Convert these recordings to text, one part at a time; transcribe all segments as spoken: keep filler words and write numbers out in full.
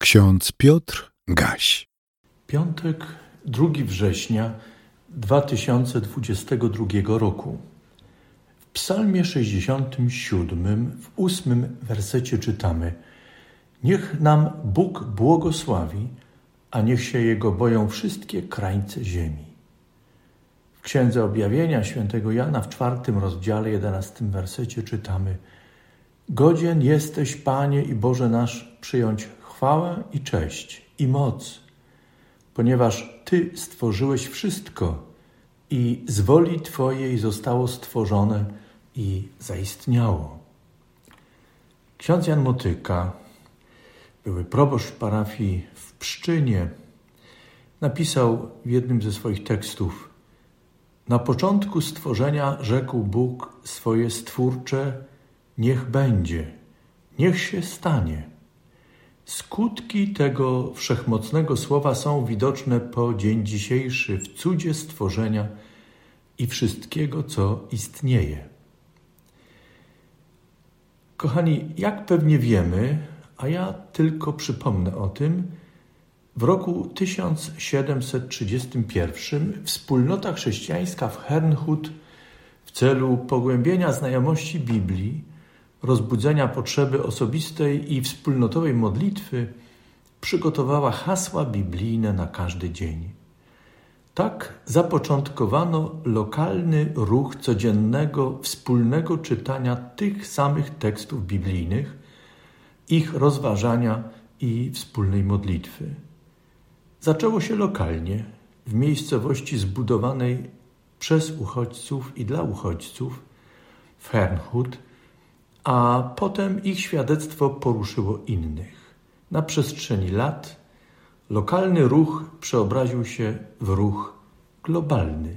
Ksiądz Piotr Gaś. Piątek, drugiego września dwa tysiące dwudziestego drugiego roku. W psalmie sześćdziesiątym siódmym, w ósmym wersecie czytamy: Niech nam Bóg błogosławi, a niech się Jego boją wszystkie krańce ziemi. W Księdze Objawienia świętego Jana w czwartym rozdziale, jedenastym wersecie czytamy: Godzien jesteś, Panie i Boże nasz, przyjąć chwałę i cześć i moc, ponieważ Ty stworzyłeś wszystko i z woli Twojej zostało stworzone i zaistniało. Ksiądz Jan Motyka, były proboszcz parafii w Pszczynie, napisał w jednym ze swoich tekstów: Na początku stworzenia rzekł Bóg swoje stwórcze: niech będzie, niech się stanie. Skutki tego wszechmocnego słowa są widoczne po dzień dzisiejszy w cudzie stworzenia i wszystkiego, co istnieje. Kochani, jak pewnie wiemy, a ja tylko przypomnę o tym, w roku tysiąc siedemset trzydziestym pierwszym wspólnota chrześcijańska w Herrnhut w celu pogłębienia znajomości Biblii, rozbudzenia potrzeby osobistej i wspólnotowej modlitwy przygotowała hasła biblijne na każdy dzień. Tak zapoczątkowano lokalny ruch codziennego, wspólnego czytania tych samych tekstów biblijnych, ich rozważania i wspólnej modlitwy. Zaczęło się lokalnie, w miejscowości zbudowanej przez uchodźców i dla uchodźców w Herrnhut, a potem ich świadectwo poruszyło innych. Na przestrzeni lat lokalny ruch przeobraził się w ruch globalny.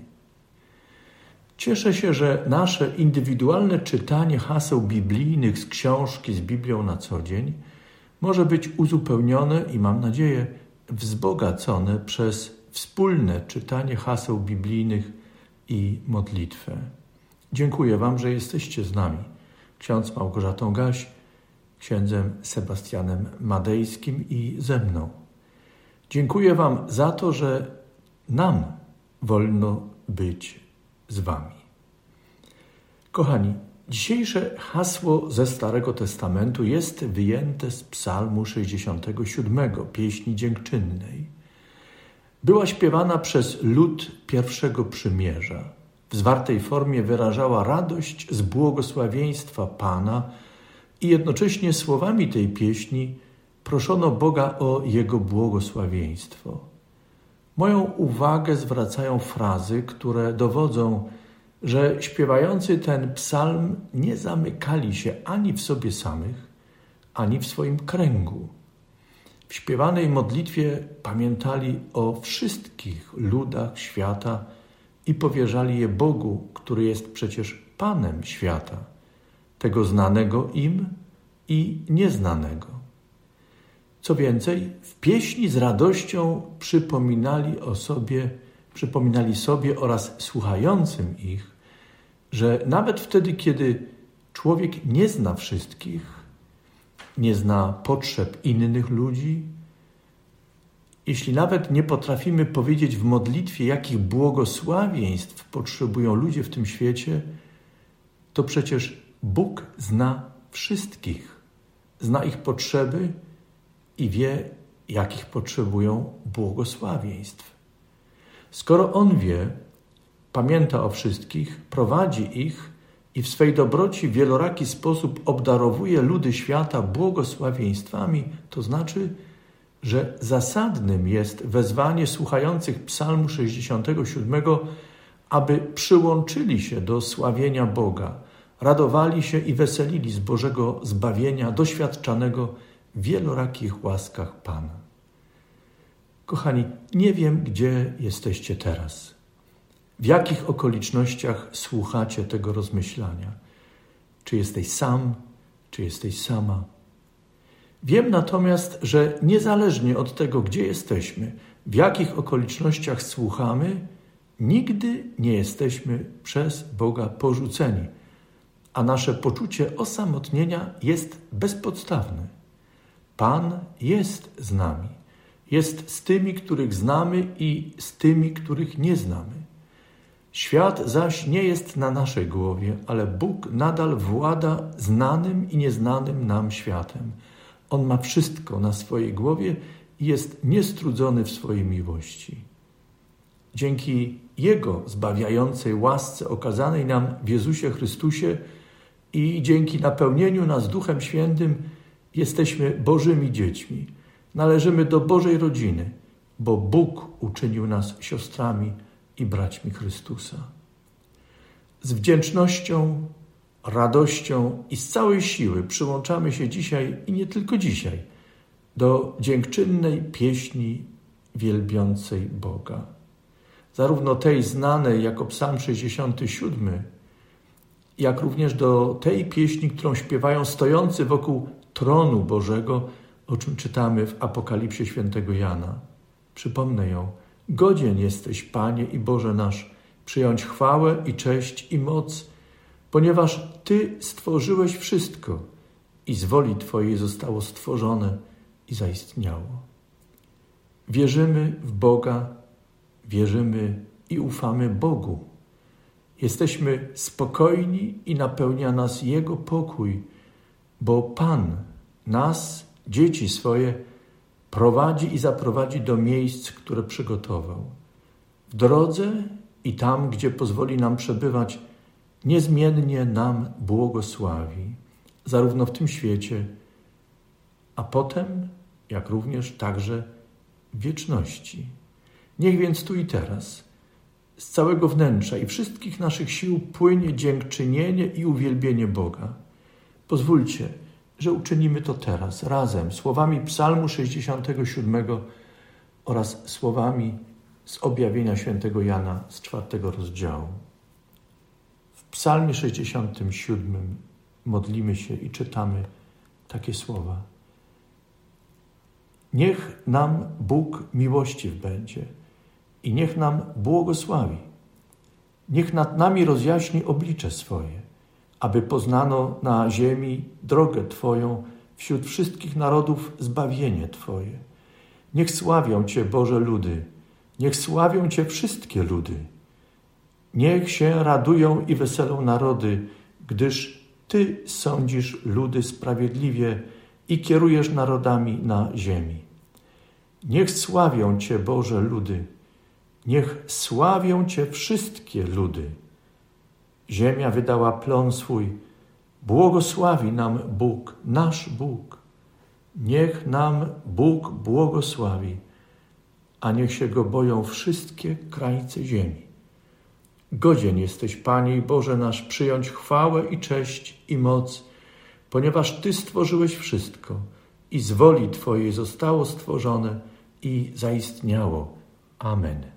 Cieszę się, że nasze indywidualne czytanie haseł biblijnych z książki z Biblią na co dzień może być uzupełnione i, mam nadzieję, wzbogacone przez wspólne czytanie haseł biblijnych i modlitwę. Dziękuję Wam, że jesteście z nami. Ksiądz Małgorzatą Gaś, księdzem Sebastianem Madejskim i ze mną. Dziękuję Wam za to, że nam wolno być z Wami. Kochani, dzisiejsze hasło ze Starego Testamentu jest wyjęte z psalmu sześćdziesiątego siódmego, pieśni dziękczynnej. Była śpiewana przez lud pierwszego przymierza. W zwartej formie wyrażała radość z błogosławieństwa Pana i jednocześnie słowami tej pieśni proszono Boga o Jego błogosławieństwo. Moją uwagę zwracają frazy, które dowodzą, że śpiewający ten psalm nie zamykali się ani w sobie samych, ani w swoim kręgu. W śpiewanej modlitwie pamiętali o wszystkich ludach świata i powierzali je Bogu, który jest przecież Panem świata, tego znanego im i nieznanego. Co więcej, w pieśni z radością przypominali o sobie, przypominali sobie oraz słuchającym ich, że nawet wtedy, kiedy człowiek nie zna wszystkich, nie zna potrzeb innych ludzi, jeśli nawet nie potrafimy powiedzieć w modlitwie, jakich błogosławieństw potrzebują ludzie w tym świecie, to przecież Bóg zna wszystkich, zna ich potrzeby i wie, jakich potrzebują błogosławieństw. Skoro On wie, pamięta o wszystkich, prowadzi ich i w swej dobroci w wieloraki sposób obdarowuje ludy świata błogosławieństwami, to znaczy, że zasadnym jest wezwanie słuchających psalmu sześćdziesiątego siódmego, aby przyłączyli się do sławienia Boga, radowali się i weselili z Bożego zbawienia doświadczanego w wielorakich łaskach Pana. Kochani, nie wiem, gdzie jesteście teraz, w jakich okolicznościach słuchacie tego rozmyślania. Czy jesteś sam, czy jesteś sama? Wiem natomiast, że niezależnie od tego, gdzie jesteśmy, w jakich okolicznościach słuchamy, nigdy nie jesteśmy przez Boga porzuceni, a nasze poczucie osamotnienia jest bezpodstawne. Pan jest z nami. Jest z tymi, których znamy i z tymi, których nie znamy. Świat zaś nie jest na naszej głowie, ale Bóg nadal włada znanym i nieznanym nam światem. On ma wszystko na swojej głowie i jest niestrudzony w swojej miłości. Dzięki Jego zbawiającej łasce okazanej nam w Jezusie Chrystusie i dzięki napełnieniu nas Duchem Świętym jesteśmy Bożymi dziećmi. Należymy do Bożej rodziny, bo Bóg uczynił nas siostrami i braćmi Chrystusa. Z wdzięcznością, radością i z całej siły przyłączamy się dzisiaj i nie tylko dzisiaj do dziękczynnej pieśni wielbiącej Boga. Zarówno tej znanej jako Psalm sześćdziesiąty siódmy, jak również do tej pieśni, którą śpiewają stojący wokół tronu Bożego, o czym czytamy w Apokalipsie świętego Jana. Przypomnę ją. Godzien jesteś, Panie i Boże nasz, przyjąć chwałę i cześć i moc, ponieważ Ty stworzyłeś wszystko i z woli Twojej zostało stworzone i zaistniało. Wierzymy w Boga, wierzymy i ufamy Bogu. Jesteśmy spokojni i napełnia nas Jego pokój, bo Pan nas, dzieci swoje, prowadzi i zaprowadzi do miejsc, które przygotował. W drodze i tam, gdzie pozwoli nam przebywać, niezmiennie nam błogosławi, zarówno w tym świecie, a potem, jak również także w wieczności. Niech więc tu i teraz z całego wnętrza i wszystkich naszych sił płynie dziękczynienie i uwielbienie Boga. Pozwólcie, że uczynimy to teraz razem słowami Psalmu sześćdziesiątego siódmego oraz słowami z objawienia świętego Jana z czwartego rozdziału. W Psalmie sześćdziesiątym siódmym modlimy się i czytamy takie słowa. Niech nam Bóg miłościw będzie i niech nam błogosławi. Niech nad nami rozjaśni oblicze swoje, aby poznano na ziemi drogę Twoją, wśród wszystkich narodów zbawienie Twoje. Niech sławią Cię, Boże, ludy, niech sławią Cię wszystkie ludy. Niech się radują i weselą narody, gdyż Ty sądzisz ludy sprawiedliwie i kierujesz narodami na ziemi. Niech sławią Cię, Boże, ludy, niech sławią Cię wszystkie ludy. Ziemia wydała plon swój, błogosławi nam Bóg, nasz Bóg. Niech nam Bóg błogosławi, a niech się Go boją wszystkie krańce ziemi. Godzien jesteś, Panie i Boże nasz, przyjąć chwałę i cześć i moc, ponieważ Ty stworzyłeś wszystko i z woli Twojej zostało stworzone i zaistniało. Amen.